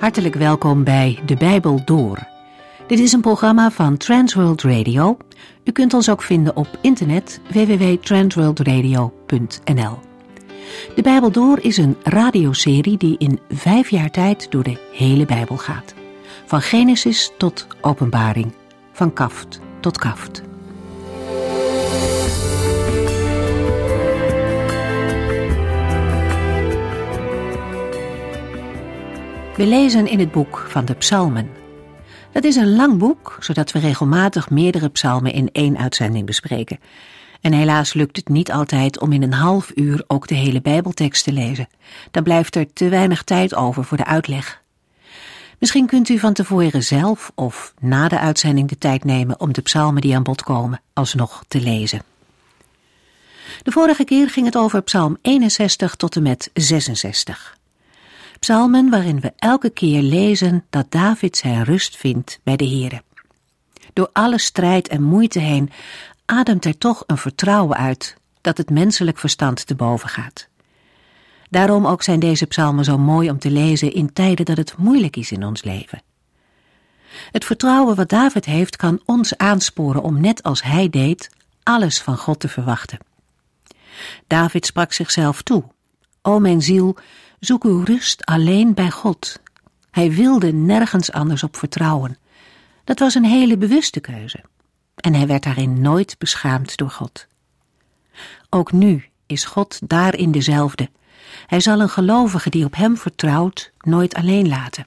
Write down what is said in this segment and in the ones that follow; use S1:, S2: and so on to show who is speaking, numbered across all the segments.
S1: Hartelijk welkom bij De Bijbel Door. Dit is een programma van Transworld Radio. U kunt ons ook vinden op internet www.transworldradio.nl. De Bijbel Door is een radioserie die in 5 jaar tijd door de hele Bijbel gaat. Van Genesis tot Openbaring, van kaft tot kaft. We lezen in het boek van de Psalmen. Dat is een lang boek, zodat we regelmatig meerdere psalmen in 1 uitzending bespreken. En helaas lukt het niet altijd om in een half uur ook de hele Bijbeltekst te lezen. Dan blijft er te weinig tijd over voor de uitleg. Misschien kunt u van tevoren zelf of na de uitzending de tijd nemen om de psalmen die aan bod komen alsnog te lezen. De vorige keer ging het over psalm 61 tot en met 66. Psalmen waarin we elke keer lezen dat David zijn rust vindt bij de Heere. Door alle strijd en moeite heen ademt er toch een vertrouwen uit dat het menselijk verstand te boven gaat. Daarom ook zijn deze psalmen zo mooi om te lezen in tijden dat het moeilijk is in ons leven. Het vertrouwen wat David heeft kan ons aansporen om net als hij deed alles van God te verwachten. David sprak zichzelf toe: O mijn ziel, zoek uw rust alleen bij God. Hij wilde nergens anders op vertrouwen. Dat was een hele bewuste keuze. En hij werd daarin nooit beschaamd door God. Ook nu is God daarin dezelfde. Hij zal een gelovige die op hem vertrouwt nooit alleen laten.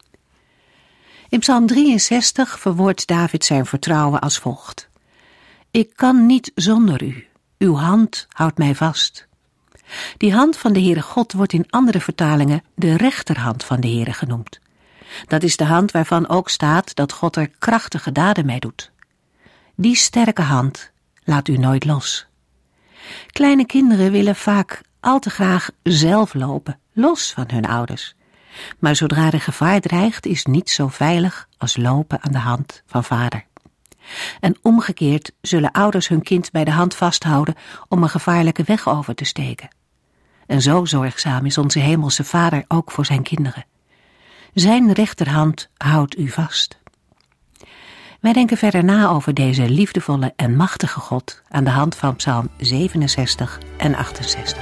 S1: In Psalm 63 verwoordt David zijn vertrouwen als volgt: Ik kan niet zonder u. Uw hand houdt mij vast. Die hand van de Heere God wordt in andere vertalingen de rechterhand van de Heere genoemd. Dat is de hand waarvan ook staat dat God er krachtige daden mee doet. Die sterke hand laat u nooit los. Kleine kinderen willen vaak al te graag zelf lopen, los van hun ouders. Maar zodra er gevaar dreigt, is niets zo veilig als lopen aan de hand van vader. En omgekeerd zullen ouders hun kind bij de hand vasthouden om een gevaarlijke weg over te steken. En zo zorgzaam is onze hemelse Vader ook voor zijn kinderen. Zijn rechterhand houdt u vast. Wij denken verder na over deze liefdevolle en machtige God aan de hand van Psalm 67 en 68.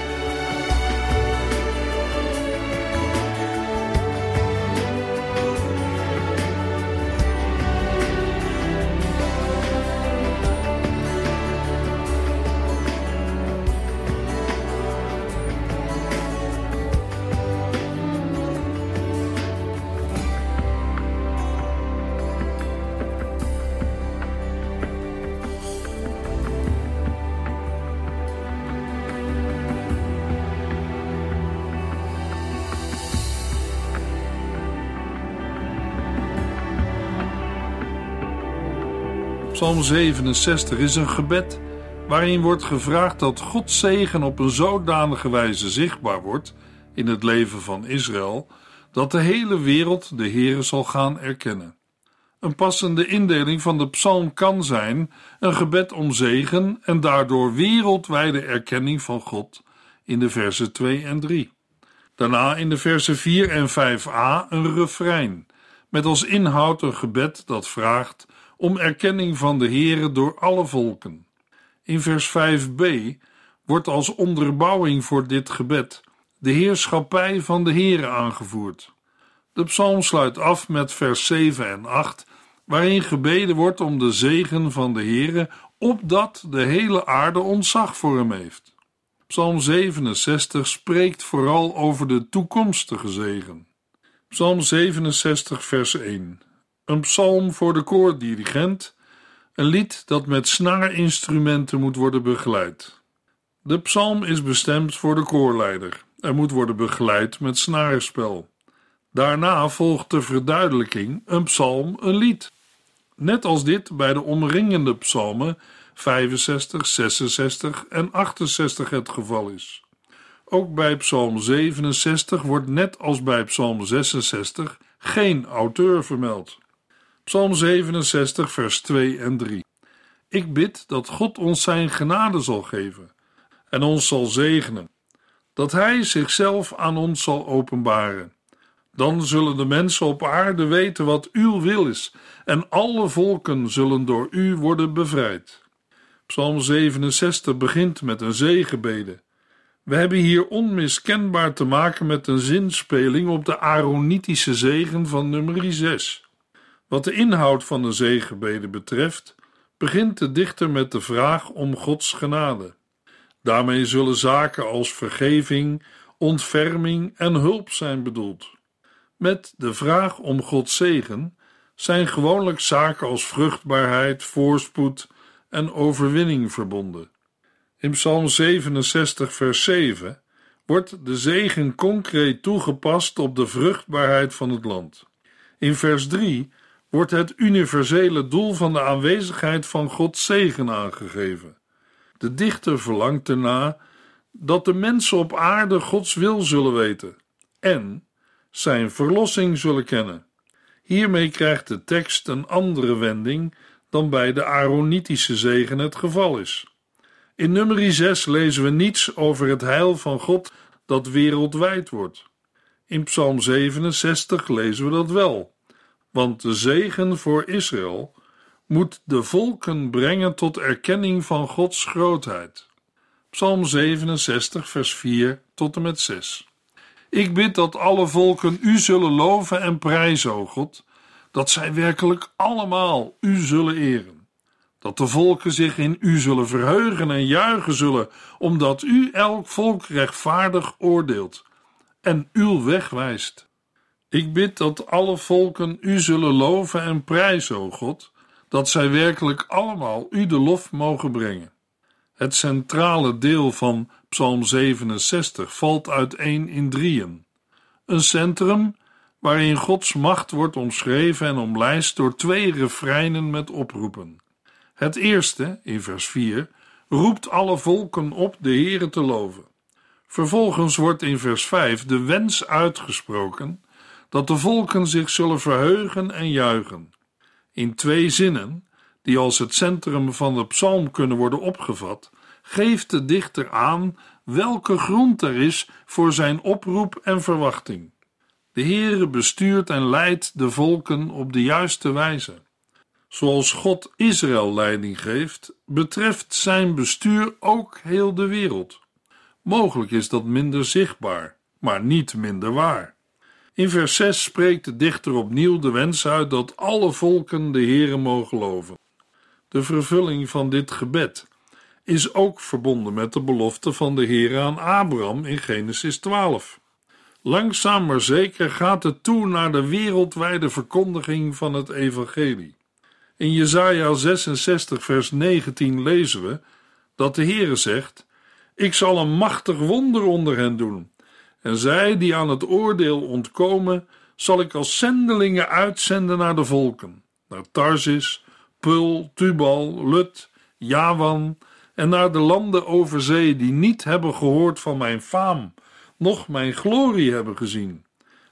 S2: Psalm 67 is een gebed waarin wordt gevraagd dat Gods zegen op een zodanige wijze zichtbaar wordt in het leven van Israël, dat de hele wereld de Heere zal gaan erkennen. Een passende indeling van de psalm kan zijn een gebed om zegen en daardoor wereldwijde erkenning van God in de versen 2 en 3. Daarna in de versen 4 en 5a een refrein, met als inhoud een gebed dat vraagt om erkenning van de Heere door alle volken. In vers 5b wordt als onderbouwing voor dit gebed de heerschappij van de Heere aangevoerd. De psalm sluit af met vers 7 en 8, waarin gebeden wordt om de zegen van de Heere, opdat de hele aarde ontzag voor hem heeft. Psalm 67 spreekt vooral over de toekomstige zegen. Psalm 67 vers 1. Een psalm voor de koordirigent, een lied dat met snaarinstrumenten moet worden begeleid. De psalm is bestemd voor de koorleider en moet worden begeleid met snarenspel. Daarna volgt de verduidelijking, een psalm, een lied. Net als dit bij de omringende psalmen 65, 66 en 68 het geval is. Ook bij psalm 67 wordt net als bij psalm 66 geen auteur vermeld. Psalm 67 vers 2 en 3. Ik bid dat God ons zijn genade zal geven en ons zal zegenen, dat hij zichzelf aan ons zal openbaren, Dan zullen de mensen op aarde weten wat uw wil is en alle volken zullen door u worden bevrijd. Psalm 67 begint met een zegenbede. We hebben hier onmiskenbaar te maken met een zinspeling op de Aaronitische zegen van nummer 6. Wat de inhoud van de zegenbede betreft, begint de dichter met de vraag om Gods genade. Daarmee zullen zaken als vergeving, ontferming en hulp zijn bedoeld. Met de vraag om Gods zegen zijn gewoonlijk zaken als vruchtbaarheid, voorspoed en overwinning verbonden. In Psalm 67 vers 7 wordt de zegen concreet toegepast op de vruchtbaarheid van het land. In vers 3 wordt het universele doel van de aanwezigheid van Gods zegen aangegeven. De dichter verlangt erna dat de mensen op aarde Gods wil zullen weten en zijn verlossing zullen kennen. Hiermee krijgt de tekst een andere wending dan bij de Aaronitische zegen het geval is. In nummer 6 lezen we niets over het heil van God dat wereldwijd wordt. In Psalm 67 lezen we dat wel, want de zegen voor Israël moet de volken brengen tot erkenning van Gods grootheid. Psalm 67 vers 4 tot en met 6. Ik bid dat alle volken u zullen loven en prijzen, o God, dat zij werkelijk allemaal u zullen eren. Dat de volken zich in u zullen verheugen en juichen zullen, omdat u elk volk rechtvaardig oordeelt en uw weg wijst. Ik bid dat alle volken u zullen loven en prijzen, o God, dat zij werkelijk allemaal u de lof mogen brengen. Het centrale deel van Psalm 67 valt uiteen in drieën. Een centrum waarin Gods macht wordt omschreven en omlijst door 2 refreinen met oproepen. Het eerste, in vers 4, roept alle volken op de Heere te loven. Vervolgens wordt in vers 5 de wens uitgesproken dat de volken zich zullen verheugen en juichen. In 2 zinnen, die als het centrum van de psalm kunnen worden opgevat, geeft de dichter aan welke grond er is voor zijn oproep en verwachting. De Heere bestuurt en leidt de volken op de juiste wijze. Zoals God Israël leiding geeft, betreft zijn bestuur ook heel de wereld. Mogelijk is dat minder zichtbaar, maar niet minder waar. In vers 6 spreekt de dichter opnieuw de wens uit dat alle volken de Heere mogen loven. De vervulling van dit gebed is ook verbonden met de belofte van de Heere aan Abraham in Genesis 12. Langzaam maar zeker gaat het toe naar de wereldwijde verkondiging van het evangelie. In Jesaja 66 vers 19 lezen we dat de Heere zegt: ik zal een machtig wonder onder hen doen, en zij die aan het oordeel ontkomen, zal ik als zendelingen uitzenden naar de volken, naar Tarsis, Pul, Tubal, Lut, Javan en naar de landen over zee die niet hebben gehoord van mijn faam, noch mijn glorie hebben gezien.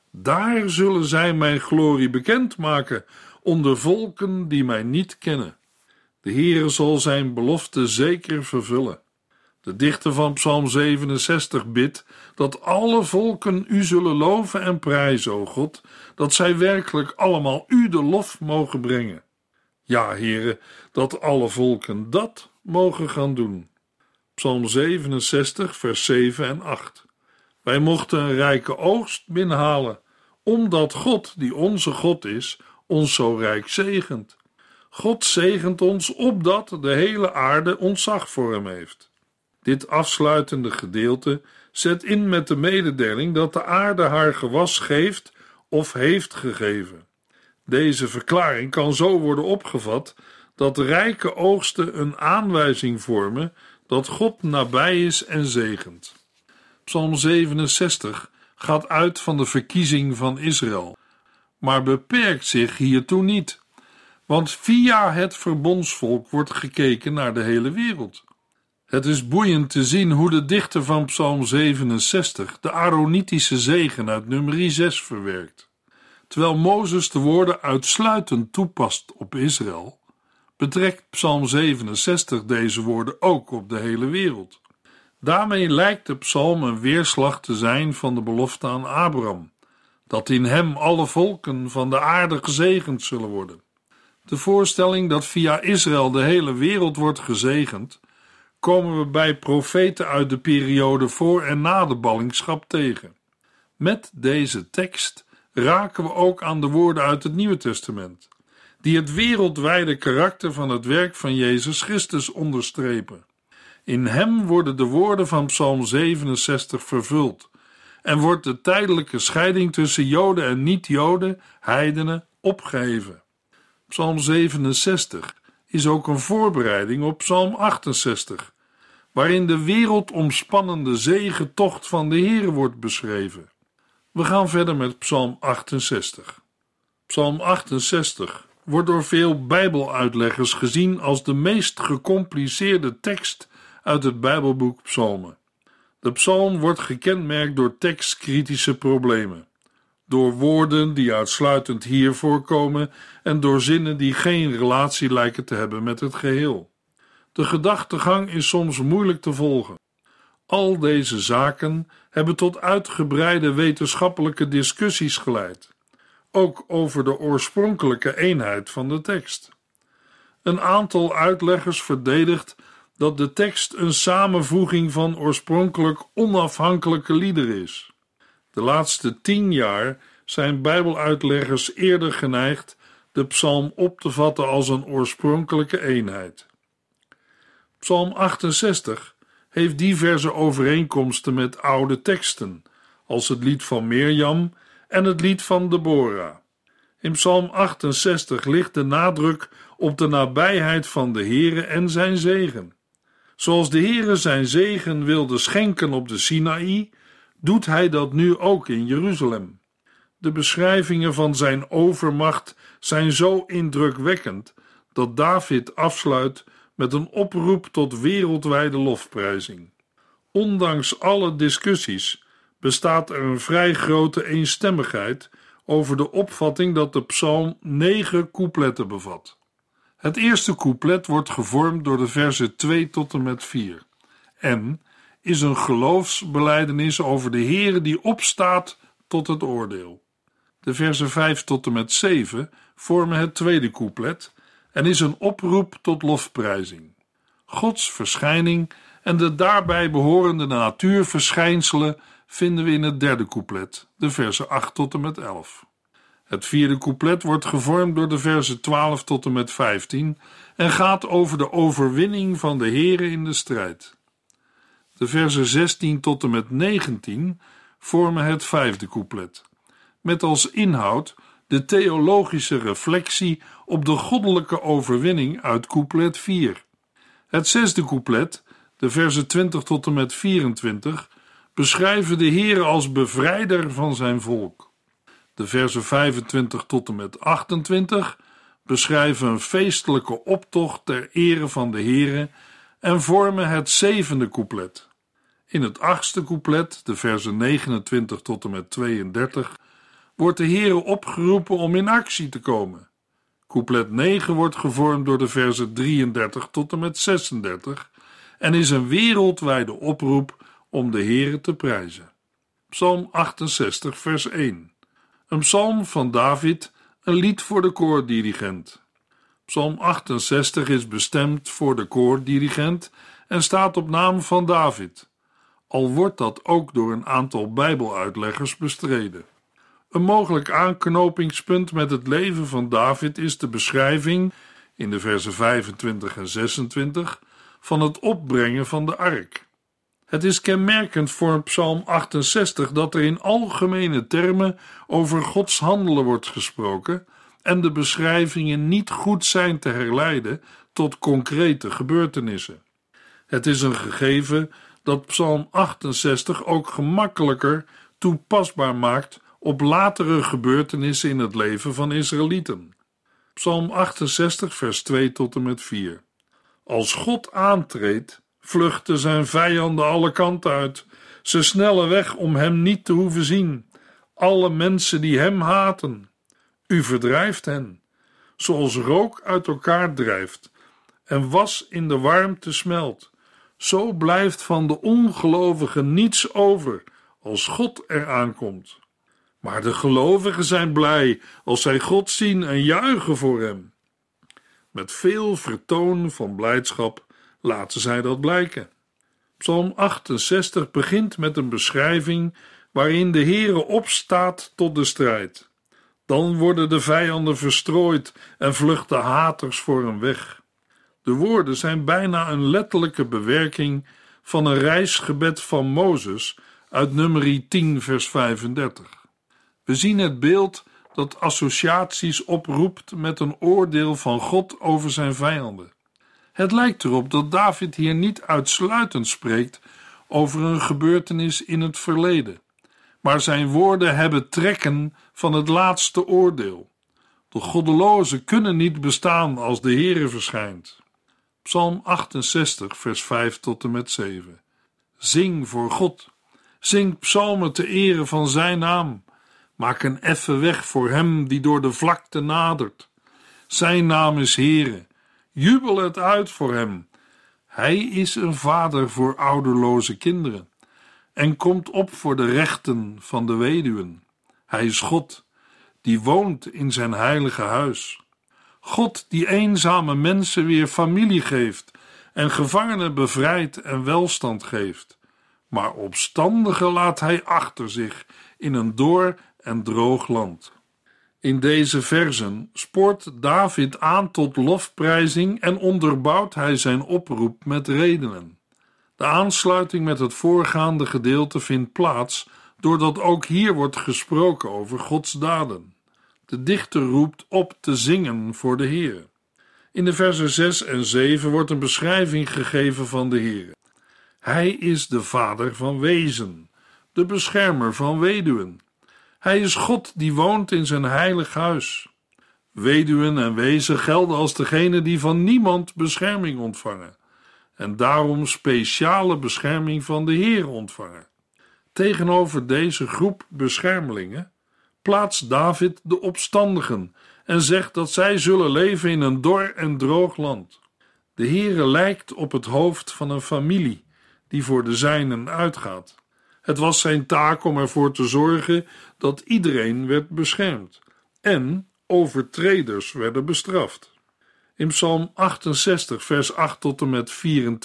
S2: Daar zullen zij mijn glorie bekendmaken onder volken die mij niet kennen. De Heere zal zijn belofte zeker vervullen. De dichter van Psalm 67 bidt dat alle volken u zullen loven en prijzen, o God, dat zij werkelijk allemaal u de lof mogen brengen. Ja, Heere, dat alle volken dat mogen gaan doen. Psalm 67, vers 7 en 8. Wij mochten een rijke oogst binnenhalen, omdat God, die onze God is, ons zo rijk zegent. God zegent ons opdat de hele aarde ontzag voor hem heeft. Dit afsluitende gedeelte zet in met de mededeling dat de aarde haar gewas geeft of heeft gegeven. Deze verklaring kan zo worden opgevat dat rijke oogsten een aanwijzing vormen dat God nabij is en zegent. Psalm 67 gaat uit van de verkiezing van Israël, maar beperkt zich hiertoe niet, want via het verbondsvolk wordt gekeken naar de hele wereld. Het is boeiend te zien hoe de dichter van Psalm 67 de Aaronitische zegen uit nummer 6 verwerkt. Terwijl Mozes de woorden uitsluitend toepast op Israël, betrekt Psalm 67 deze woorden ook op de hele wereld. Daarmee lijkt de psalm een weerslag te zijn van de belofte aan Abraham, dat in hem alle volken van de aarde gezegend zullen worden. De voorstelling dat via Israël de hele wereld wordt gezegend, komen we bij profeten uit de periode voor en na de ballingschap tegen. Met deze tekst raken we ook aan de woorden uit het Nieuwe Testament, die het wereldwijde karakter van het werk van Jezus Christus onderstrepen. In hem worden de woorden van Psalm 67 vervuld en wordt de tijdelijke scheiding tussen Joden en niet-Joden, heidenen, opgeheven. Psalm 67 is ook een voorbereiding op Psalm 68, waarin de wereldomspannende zegetocht van de Heer wordt beschreven. We gaan verder met Psalm 68. Psalm 68 wordt door veel Bijbeluitleggers gezien als de meest gecompliceerde tekst uit het Bijbelboek Psalmen. De psalm wordt gekenmerkt door tekstkritische problemen, door woorden die uitsluitend hier voorkomen en door zinnen die geen relatie lijken te hebben met het geheel. De gedachtegang is soms moeilijk te volgen. Al deze zaken hebben tot uitgebreide wetenschappelijke discussies geleid, ook over de oorspronkelijke eenheid van de tekst. Een aantal uitleggers verdedigt dat de tekst een samenvoeging van oorspronkelijk onafhankelijke liederen is. De laatste 10 jaar zijn Bijbeluitleggers eerder geneigd de psalm op te vatten als een oorspronkelijke eenheid. Psalm 68 heeft diverse overeenkomsten met oude teksten, als het lied van Mirjam en het lied van Deborah. In Psalm 68 ligt de nadruk op de nabijheid van de Heere en zijn zegen. Zoals de Heere zijn zegen wilde schenken op de Sinaï, doet hij dat nu ook in Jeruzalem. De beschrijvingen van zijn overmacht zijn zo indrukwekkend dat David afsluit met een oproep tot wereldwijde lofprijzing. Ondanks alle discussies bestaat er een vrij grote eenstemmigheid over de opvatting dat de psalm 9 coupletten bevat. Het eerste couplet wordt gevormd door de verzen 2 tot en met 4 en is een geloofsbelijdenis over de Heere die opstaat tot het oordeel. De verzen 5 tot en met 7 vormen het tweede couplet en is een oproep tot lofprijzing. Gods verschijning en de daarbij behorende natuurverschijnselen vinden we in het derde couplet, de verzen 8 tot en met 11. Het vierde couplet wordt gevormd door de verzen 12 tot en met 15 en gaat over de overwinning van de Heere in de strijd. De verzen 16 tot en met 19 vormen het vijfde couplet, met als inhoud de theologische reflectie op de goddelijke overwinning uit couplet 4. Het zesde couplet, de verzen 20 tot en met 24, beschrijven de Heere als bevrijder van zijn volk. De versen 25 tot en met 28 beschrijven een feestelijke optocht ter ere van de Heere en vormen het zevende couplet. In het achtste couplet, de versen 29 tot en met 32, wordt de Heere opgeroepen om in actie te komen. Couplet 9 wordt gevormd door de versen 33 tot en met 36 en is een wereldwijde oproep om de Heere te prijzen. Psalm 68 vers 1. Een psalm van David, een lied voor de koordirigent. Psalm 68 is bestemd voor de koordirigent en staat op naam van David, al wordt dat ook door een aantal Bijbeluitleggers bestreden. Een mogelijk aanknopingspunt met het leven van David is de beschrijving, in de versen 25 en 26, van het opbrengen van de ark. Het is kenmerkend voor Psalm 68 dat er in algemene termen over Gods handelen wordt gesproken en de beschrijvingen niet goed zijn te herleiden tot concrete gebeurtenissen. Het is een gegeven dat Psalm 68 ook gemakkelijker toepasbaar maakt op latere gebeurtenissen in het leven van Israëlieten. Psalm 68 vers 2 tot en met 4. Als God aantreedt, vluchten zijn vijanden alle kanten uit. Ze snellen weg om hem niet te hoeven zien. Alle mensen die hem haten. U verdrijft hen, zoals rook uit elkaar drijft en was in de warmte smelt. Zo blijft van de ongelovigen niets over als God eraan komt. Maar de gelovigen zijn blij als zij God zien en juichen voor hem. Met veel vertoon van blijdschap laten zij dat blijken. Psalm 68 begint met een beschrijving waarin de Heere opstaat tot de strijd. Dan worden de vijanden verstrooid en vluchten haters voor hem weg. De woorden zijn bijna een letterlijke bewerking van een reisgebed van Mozes uit Numeri 10 vers 35. We zien het beeld dat associaties oproept met een oordeel van God over zijn vijanden. Het lijkt erop dat David hier niet uitsluitend spreekt over een gebeurtenis in het verleden, maar zijn woorden hebben trekken van het laatste oordeel. De goddelozen kunnen niet bestaan als de Heere verschijnt. Psalm 68 vers 5 tot en met 7. Zing voor God. Zing psalmen te ere van zijn naam. Maak een effen weg voor hem die door de vlakte nadert. Zijn naam is Heere. Jubel het uit voor hem. Hij is een vader voor ouderloze kinderen en komt op voor de rechten van de weduwen. Hij is God, die woont in zijn heilige huis. God die eenzame mensen weer familie geeft en gevangenen bevrijdt en welstand geeft. Maar opstandigen laat hij achter zich in een dor en droog land. In deze versen spoort David aan tot lofprijzing en onderbouwt hij zijn oproep met redenen. De aansluiting met het voorgaande gedeelte vindt plaats doordat ook hier wordt gesproken over Gods daden. De dichter roept op te zingen voor de Heer. In de versen 6 en 7 wordt een beschrijving gegeven van de Heer. Hij is de vader van wezen, de beschermer van weduwen. Hij is God die woont in zijn heilig huis. Weduwen en wezen gelden als degene die van niemand bescherming ontvangen en daarom speciale bescherming van de Heer ontvangen. Tegenover deze groep beschermelingen plaatst David de opstandigen en zegt dat zij zullen leven in een dor en droog land. De Heere lijkt op het hoofd van een familie die voor de zijnen uitgaat. Het was zijn taak om ervoor te zorgen dat iedereen werd beschermd en overtreders werden bestraft. In Psalm 68 vers 8 tot en met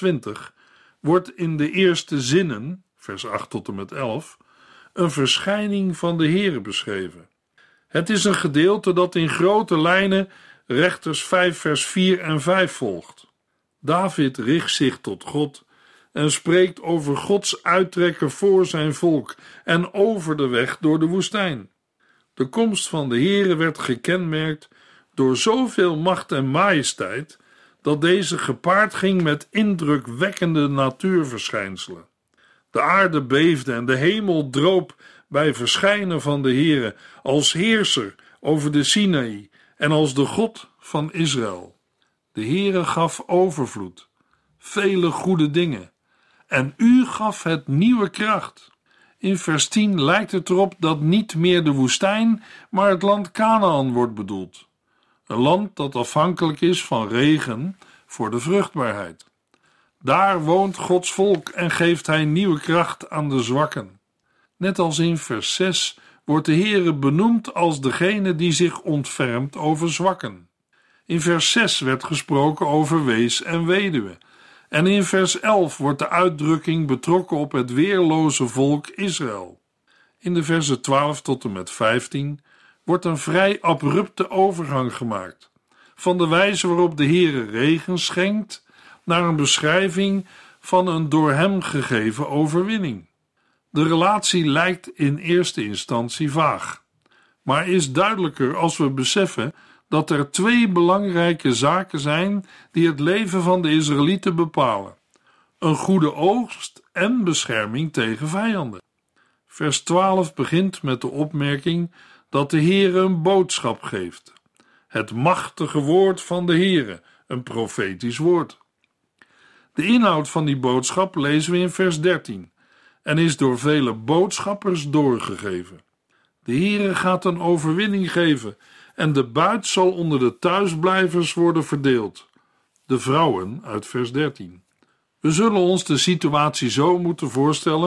S2: 24 wordt in de eerste zinnen, vers 8 tot en met 11, een verschijning van de Heere beschreven. Het is een gedeelte dat in grote lijnen Rechters 5 vers 4 en 5 volgt. David richt zich tot God en spreekt over Gods uittrekken voor zijn volk en over de weg door de woestijn. De komst van de Heere werd gekenmerkt door zoveel macht en majesteit dat deze gepaard ging met indrukwekkende natuurverschijnselen. De aarde beefde en de hemel droop bij verschijnen van de Heere als heerser over de Sinaï en als de God van Israël. De Heere gaf overvloed, vele goede dingen, en u gaf het nieuwe kracht. In vers 10 lijkt het erop dat niet meer de woestijn, maar het land Kanaan wordt bedoeld. Een land dat afhankelijk is van regen voor de vruchtbaarheid. Daar woont Gods volk en geeft hij nieuwe kracht aan de zwakken. Net als in vers 6 wordt de Heere benoemd als degene die zich ontfermt over zwakken. In vers 6 werd gesproken over wees en weduwe. En in vers 11 wordt de uitdrukking betrokken op het weerloze volk Israël. In de versen 12 tot en met 15 wordt een vrij abrupte overgang gemaakt van de wijze waarop de Heere regen schenkt naar een beschrijving van een door hem gegeven overwinning. De relatie lijkt in eerste instantie vaag, maar is duidelijker als we beseffen dat er twee belangrijke zaken zijn die het leven van de Israëlieten bepalen: een goede oogst en bescherming tegen vijanden. Vers 12 begint met de opmerking dat de Heere een boodschap geeft. Het machtige woord van de Heere, een profetisch woord. De inhoud van die boodschap lezen we in vers 13 en is door vele boodschappers doorgegeven. De Heere gaat een overwinning geven en de buit zal onder de thuisblijvers worden verdeeld. De vrouwen uit vers 13. We zullen ons de situatie zo moeten voorstellen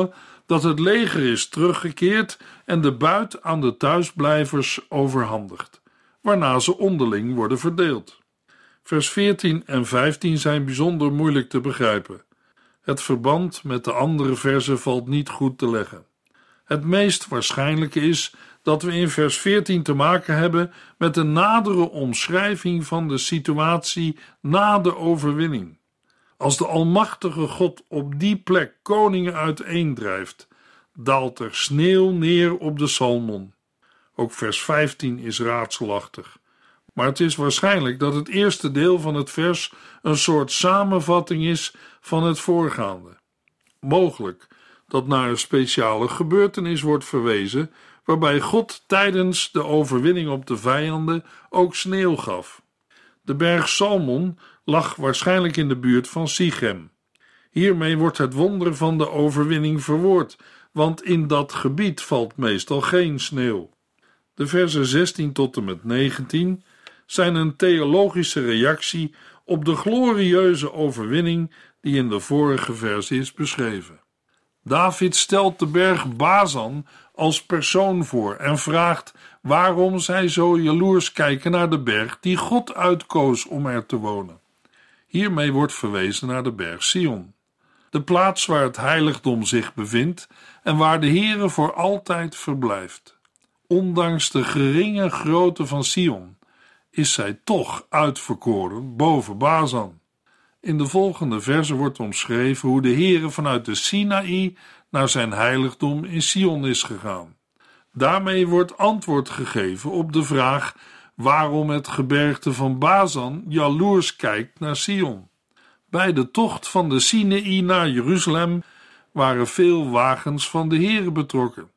S2: dat het leger is teruggekeerd en de buit aan de thuisblijvers overhandigd, waarna ze onderling worden verdeeld. Vers 14 en 15 zijn bijzonder moeilijk te begrijpen. Het verband met de andere verzen valt niet goed te leggen. Het meest waarschijnlijke is dat we in vers 14 te maken hebben met een nadere omschrijving van de situatie na de overwinning. Als de almachtige God op die plek koningen uiteendrijft, daalt er sneeuw neer op de Salmon. Ook vers 15 is raadselachtig. Maar het is waarschijnlijk dat het eerste deel van het vers een soort samenvatting is van het voorgaande. Mogelijk dat naar een speciale gebeurtenis wordt verwezen, waarbij God tijdens de overwinning op de vijanden ook sneeuw gaf. De berg Salmon lag waarschijnlijk in de buurt van Sichem. Hiermee wordt het wonder van de overwinning verwoord, want in dat gebied valt meestal geen sneeuw. De versen 16 tot en met 19 zijn een theologische reactie op de glorieuze overwinning die in de vorige vers is beschreven. David stelt de berg Bazan als persoon voor en vraagt waarom zij zo jaloers kijken naar de berg die God uitkoos om er te wonen. Hiermee wordt verwezen naar de berg Sion, de plaats waar het heiligdom zich bevindt en waar de Heere voor altijd verblijft. Ondanks de geringe grootte van Sion is zij toch uitverkoren boven Bazan. In de volgende verse wordt omschreven hoe de Heere vanuit de Sinaï naar zijn heiligdom in Sion is gegaan. Daarmee wordt antwoord gegeven op de vraag waarom het gebergte van Bazan jaloers kijkt naar Sion. Bij de tocht van de Sinaï naar Jeruzalem waren veel wagens van de Heere betrokken.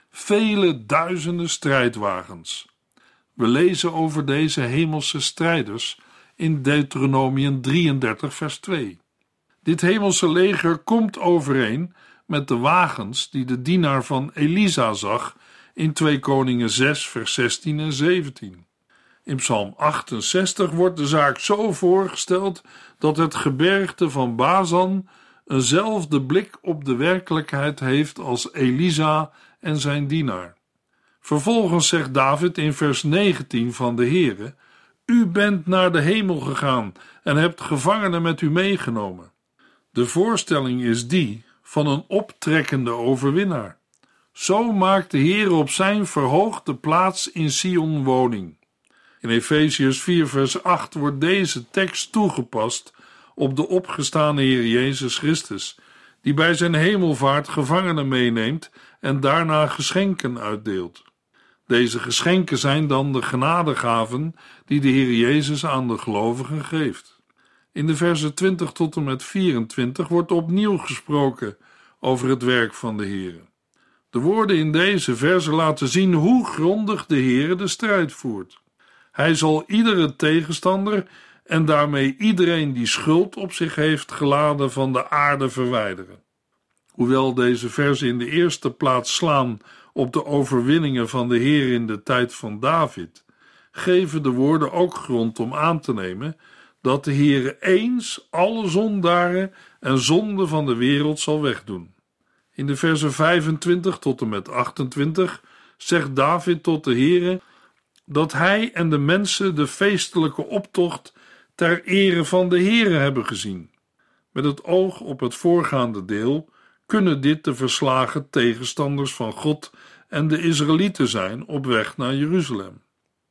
S2: Vele duizenden strijdwagens. We lezen over deze hemelse strijders in Deuteronomium 33 vers 2. Dit hemelse leger komt overeen met de wagens die de dienaar van Elisa zag in 2 Koningen 6 vers 16 en 17. In Psalm 68 wordt de zaak zo voorgesteld dat het gebergte van Bazan eenzelfde blik op de werkelijkheid heeft als Elisa en zijn dienaar. Vervolgens zegt David in vers 19 van de Heere: U bent naar de hemel gegaan en hebt gevangenen met u meegenomen. De voorstelling is die van een optrekkende overwinnaar. Zo maakt de Heere op zijn verhoogde plaats in Sion woning. In Efeziërs 4 vers 8 wordt deze tekst toegepast op de opgestane Heer Jezus Christus, die bij zijn hemelvaart gevangenen meeneemt en daarna geschenken uitdeelt. Deze geschenken zijn dan de genadegaven die de Heer Jezus aan de gelovigen geeft. In de versen 20 tot en met 24 wordt opnieuw gesproken over het werk van de Heer. De woorden in deze versen laten zien hoe grondig de Heer de strijd voert. Hij zal iedere tegenstander en daarmee iedereen die schuld op zich heeft geladen van de aarde verwijderen. Hoewel deze versen in de eerste plaats slaan op de overwinningen van de Heer in de tijd van David, geven de woorden ook grond om aan te nemen dat de Heer eens alle zondaren en zonden van de wereld zal wegdoen. In de versen 25 tot en met 28 zegt David tot de Heer dat hij en de mensen de feestelijke optocht ter ere van de Heere hebben gezien. Met het oog op het voorgaande deel kunnen dit de verslagen tegenstanders van God en de Israëlieten zijn op weg naar Jeruzalem.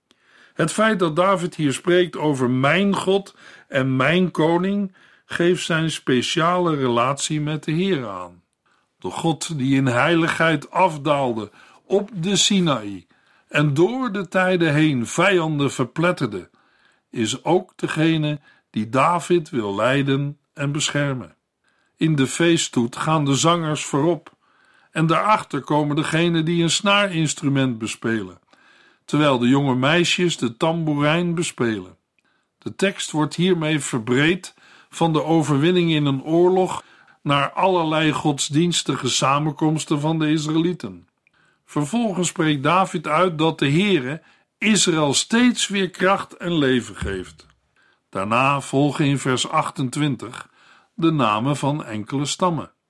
S2: Het feit dat David hier spreekt over mijn God en mijn koning geeft zijn speciale relatie met de Heere aan. De God die in heiligheid afdaalde op de Sinaï en door de tijden heen vijanden verpletterde, is ook degene die David wil leiden en beschermen. In de feeststoet gaan de zangers voorop en daarachter komen degenen die een snaarinstrument bespelen, terwijl de jonge meisjes de tamboerijn bespelen. De tekst wordt hiermee verbreed van de overwinning in een oorlog naar allerlei godsdienstige samenkomsten van de Israëlieten. Vervolgens spreekt David uit dat de Heere Israël steeds weer kracht en leven geeft. Daarna volgen in vers 28 de namen van enkele stammen.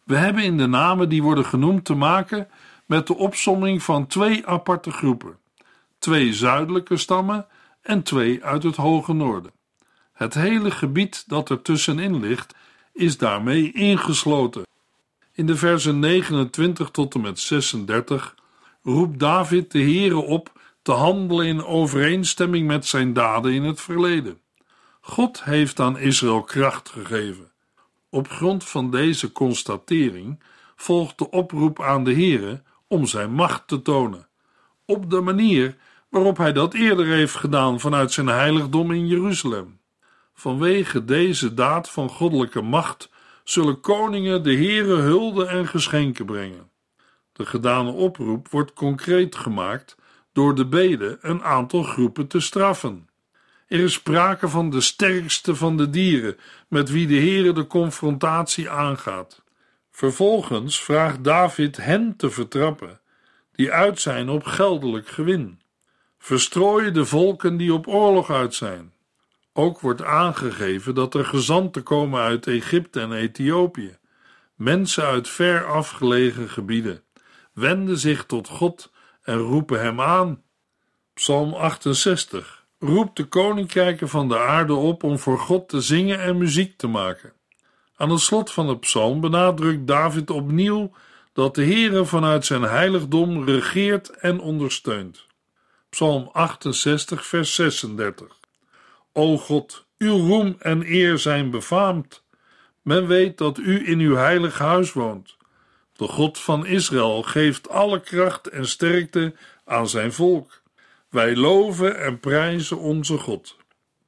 S2: We hebben in de namen die worden genoemd te maken met de opsomming van 2 aparte groepen. 2 zuidelijke stammen en 2 uit het hoge noorden. Het hele gebied dat er tussenin ligt, is daarmee ingesloten. In de versen 29 tot en met 36 roept David de Heere op te handelen in overeenstemming met zijn daden in het verleden. God heeft aan Israël kracht gegeven. Op grond van deze constatering volgt de oproep aan de Heere om zijn macht te tonen, op de manier waarop hij dat eerder heeft gedaan vanuit zijn heiligdom in Jeruzalem. Vanwege deze daad van goddelijke macht zullen koningen de Heere hulde en geschenken brengen. De gedane oproep wordt concreet gemaakt door de bede een aantal groepen te straffen. Er is sprake van de sterkste van de dieren met wie de Heere de confrontatie aangaat. Vervolgens vraagt David hen te vertrappen die uit zijn op geldelijk gewin. Verstrooi de volken die op oorlog uit zijn. Ook wordt aangegeven dat er gezanten komen uit Egypte en Ethiopië. Mensen uit ver afgelegen gebieden wenden zich tot God en roepen hem aan. Psalm 68 roept de koninkrijken van de aarde op om voor God te zingen en muziek te maken. Aan het slot van de psalm benadrukt David opnieuw dat de Heere vanuit zijn heiligdom regeert en ondersteunt. Psalm 68 vers 36. O God, uw roem en eer zijn befaamd. Men weet dat u in uw heilig huis woont. De God van Israël geeft alle kracht en sterkte aan zijn volk. Wij loven en prijzen onze God.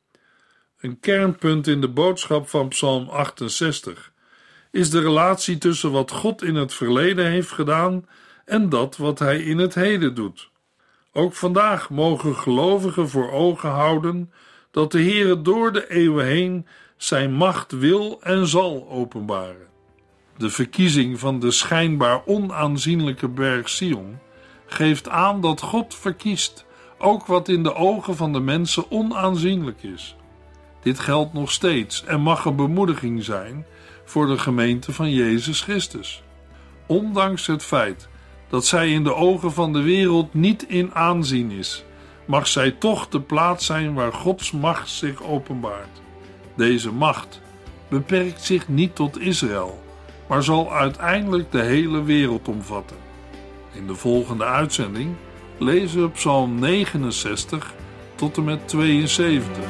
S2: Een kernpunt in de boodschap van Psalm 68 is de relatie tussen wat God in het verleden heeft gedaan en dat wat hij in het heden doet. Ook vandaag mogen gelovigen voor ogen houden dat de Heere door de eeuwen heen zijn macht wil en zal openbaren. De verkiezing van de schijnbaar onaanzienlijke berg Sion geeft aan dat God verkiest, ook wat in de ogen van de mensen onaanzienlijk is. Dit geldt nog steeds en mag een bemoediging zijn voor de gemeente van Jezus Christus. Ondanks het feit dat zij in de ogen van de wereld niet in aanzien is, mag zij toch de plaats zijn waar Gods macht zich openbaart. Deze macht beperkt zich niet tot Israël, maar zal uiteindelijk de hele wereld omvatten. In de volgende uitzending lezen we Psalm 69 tot en met 72.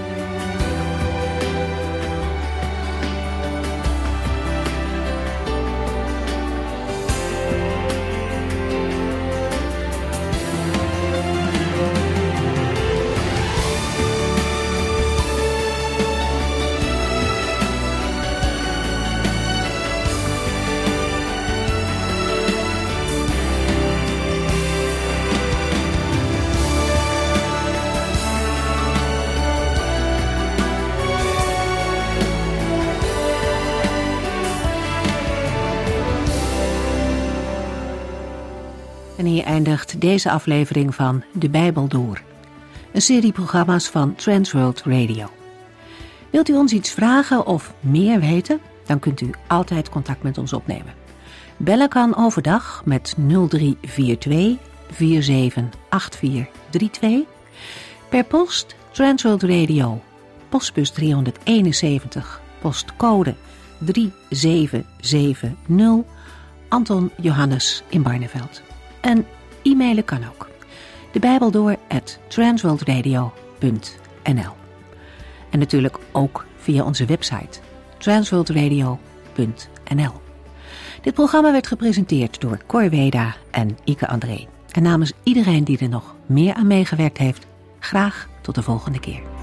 S1: En hier eindigt deze aflevering van De Bijbel Door. Een serie programma's van Transworld Radio. Wilt u ons iets vragen of meer weten? Dan kunt u altijd contact met ons opnemen. Bellen kan overdag met 0342 478432. Per post Transworld Radio. Postbus 371. Postcode 3770. Anton Johannes in Barneveld. En e-mailen kan ook. De Bijbel door @transworldradio.nl. En natuurlijk ook via onze website transworldradio.nl. Dit programma werd gepresenteerd door Cor Weda en Ike André. En namens iedereen die er nog meer aan meegewerkt heeft, graag tot de volgende keer.